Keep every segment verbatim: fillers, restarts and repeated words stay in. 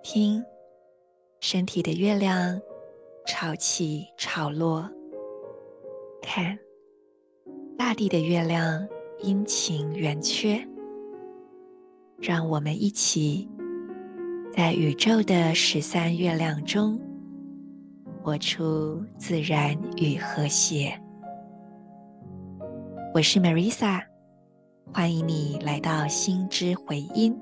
听，身体的月亮潮起潮落，看，大地的月亮阴晴圆缺。让我们一起在宇宙的十三月亮中活出自然与和谐。我是 Marisa， 欢迎你来到心之回音。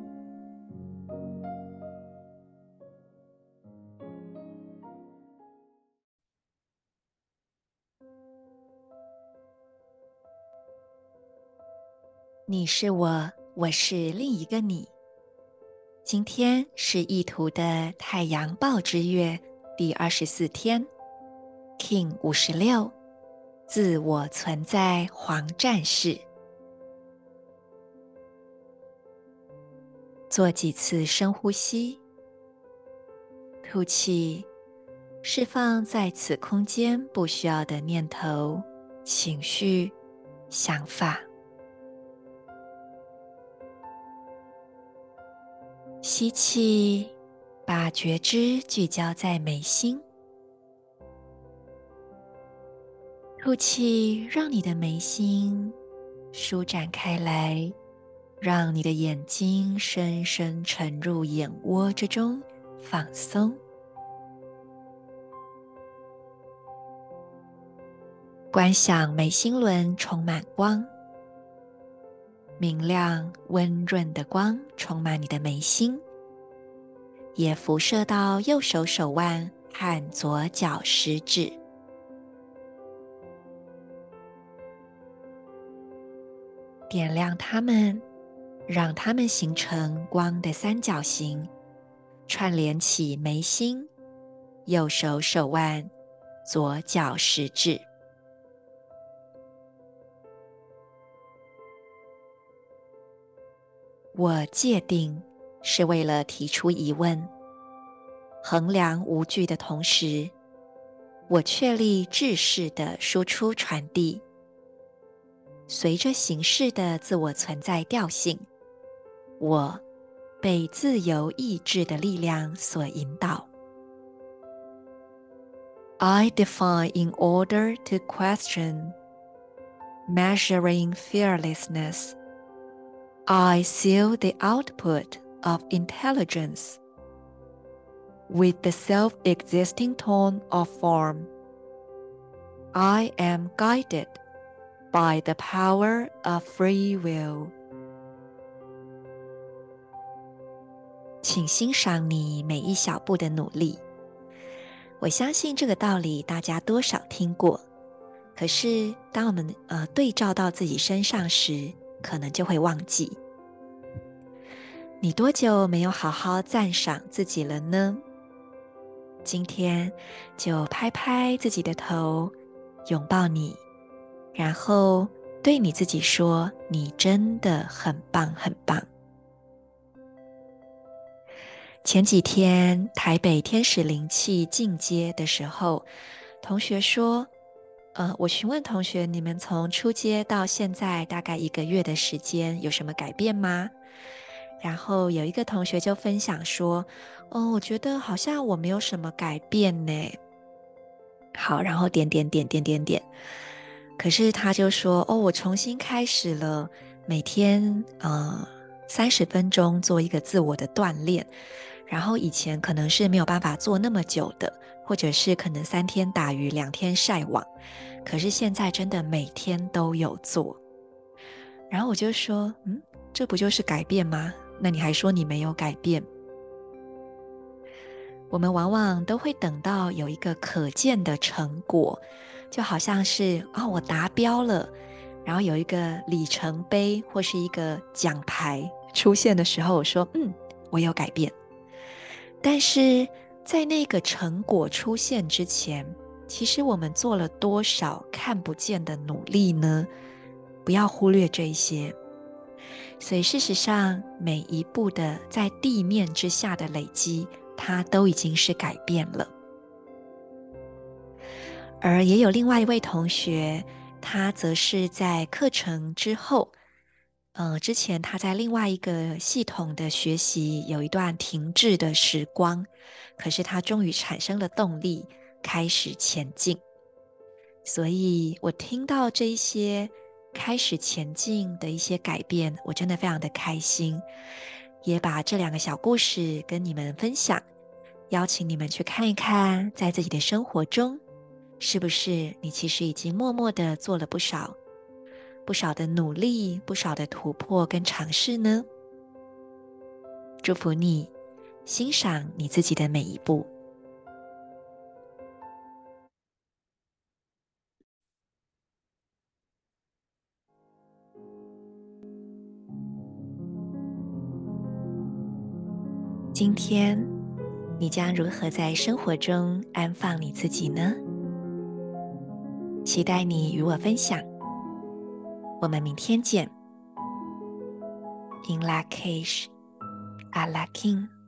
你是我，我是另一个你。今天是意图的太阳报之月第二十四天 King 五十六，自我存在黄战士。做几次深呼吸，吐气，释放在此空间不需要的念头、情绪、想法。吸气，把觉知聚焦在眉心。吐气，让你的眉心舒展开来，让你的眼睛深深沉入眼窝之中，放松。观想眉心轮充满光，明亮温润的光充满你的眉心，也辐射到右手手腕和左脚食指。点亮它们，让它们形成光的三角形，串联起眉心、右手手腕、左脚食指。我界定是为了提出疑问，衡量无据的同时，我确立制式的输出传递。随着形式的自我存在调性，我被自由意志的力量所引导。I define in order to question, measuring fearlessness. I seal the output of intelligence with the self-existing tone of form. I am guided by the power of free will. 请欣赏你每一小步的努力。我相信这个道理大家多少听过，可是当我们呃对照到自己身上时，可能就会忘记。你多久没有好好赞赏自己了呢？今天就拍拍自己的头，拥抱你，然后对你自己说，你真的很棒很棒。前几天台北天使灵气进阶的时候，同学说呃，我询问同学，你们从初阶到现在大概一个月的时间有什么改变吗？然后有一个同学就分享说，哦，我觉得好像我没有什么改变呢。好，然后点点点点点点，可是他就说，哦，我重新开始了每天呃三十分钟做一个自我的锻炼，然后以前可能是没有办法做那么久的，或者是可能三天打鱼两天晒网，可是现在真的每天都有做。然后我就说，嗯，这不就是改变吗？那你还说你没有改变？我们往往都会等到有一个可见的成果，就好像是啊、哦，我达标了，然后有一个里程碑或是一个奖牌出现的时候，我说，嗯，我有改变。但是在那个成果出现之前，其实我们做了多少看不见的努力呢？不要忽略这一些。所以事实上，每一步的在地面之下的累积，它都已经是改变了。而也有另外一位同学，他则是在课程之后， 呃，之前他在另外一个系统的学习有一段停滞的时光，可是他终于产生了动力，开始前进。所以我听到这一些开始前进的一些改变，我真的非常的开心，也把这两个小故事跟你们分享，邀请你们去看一看，在自己的生活中，是不是你其实已经默默的做了不少不少的努力，不少的突破跟尝试呢？祝福你，欣赏你自己的每一步。今天你将如何在生活中安放你自己呢？期待你与我分享。我们明天见。In Lak'ech, A La K'in。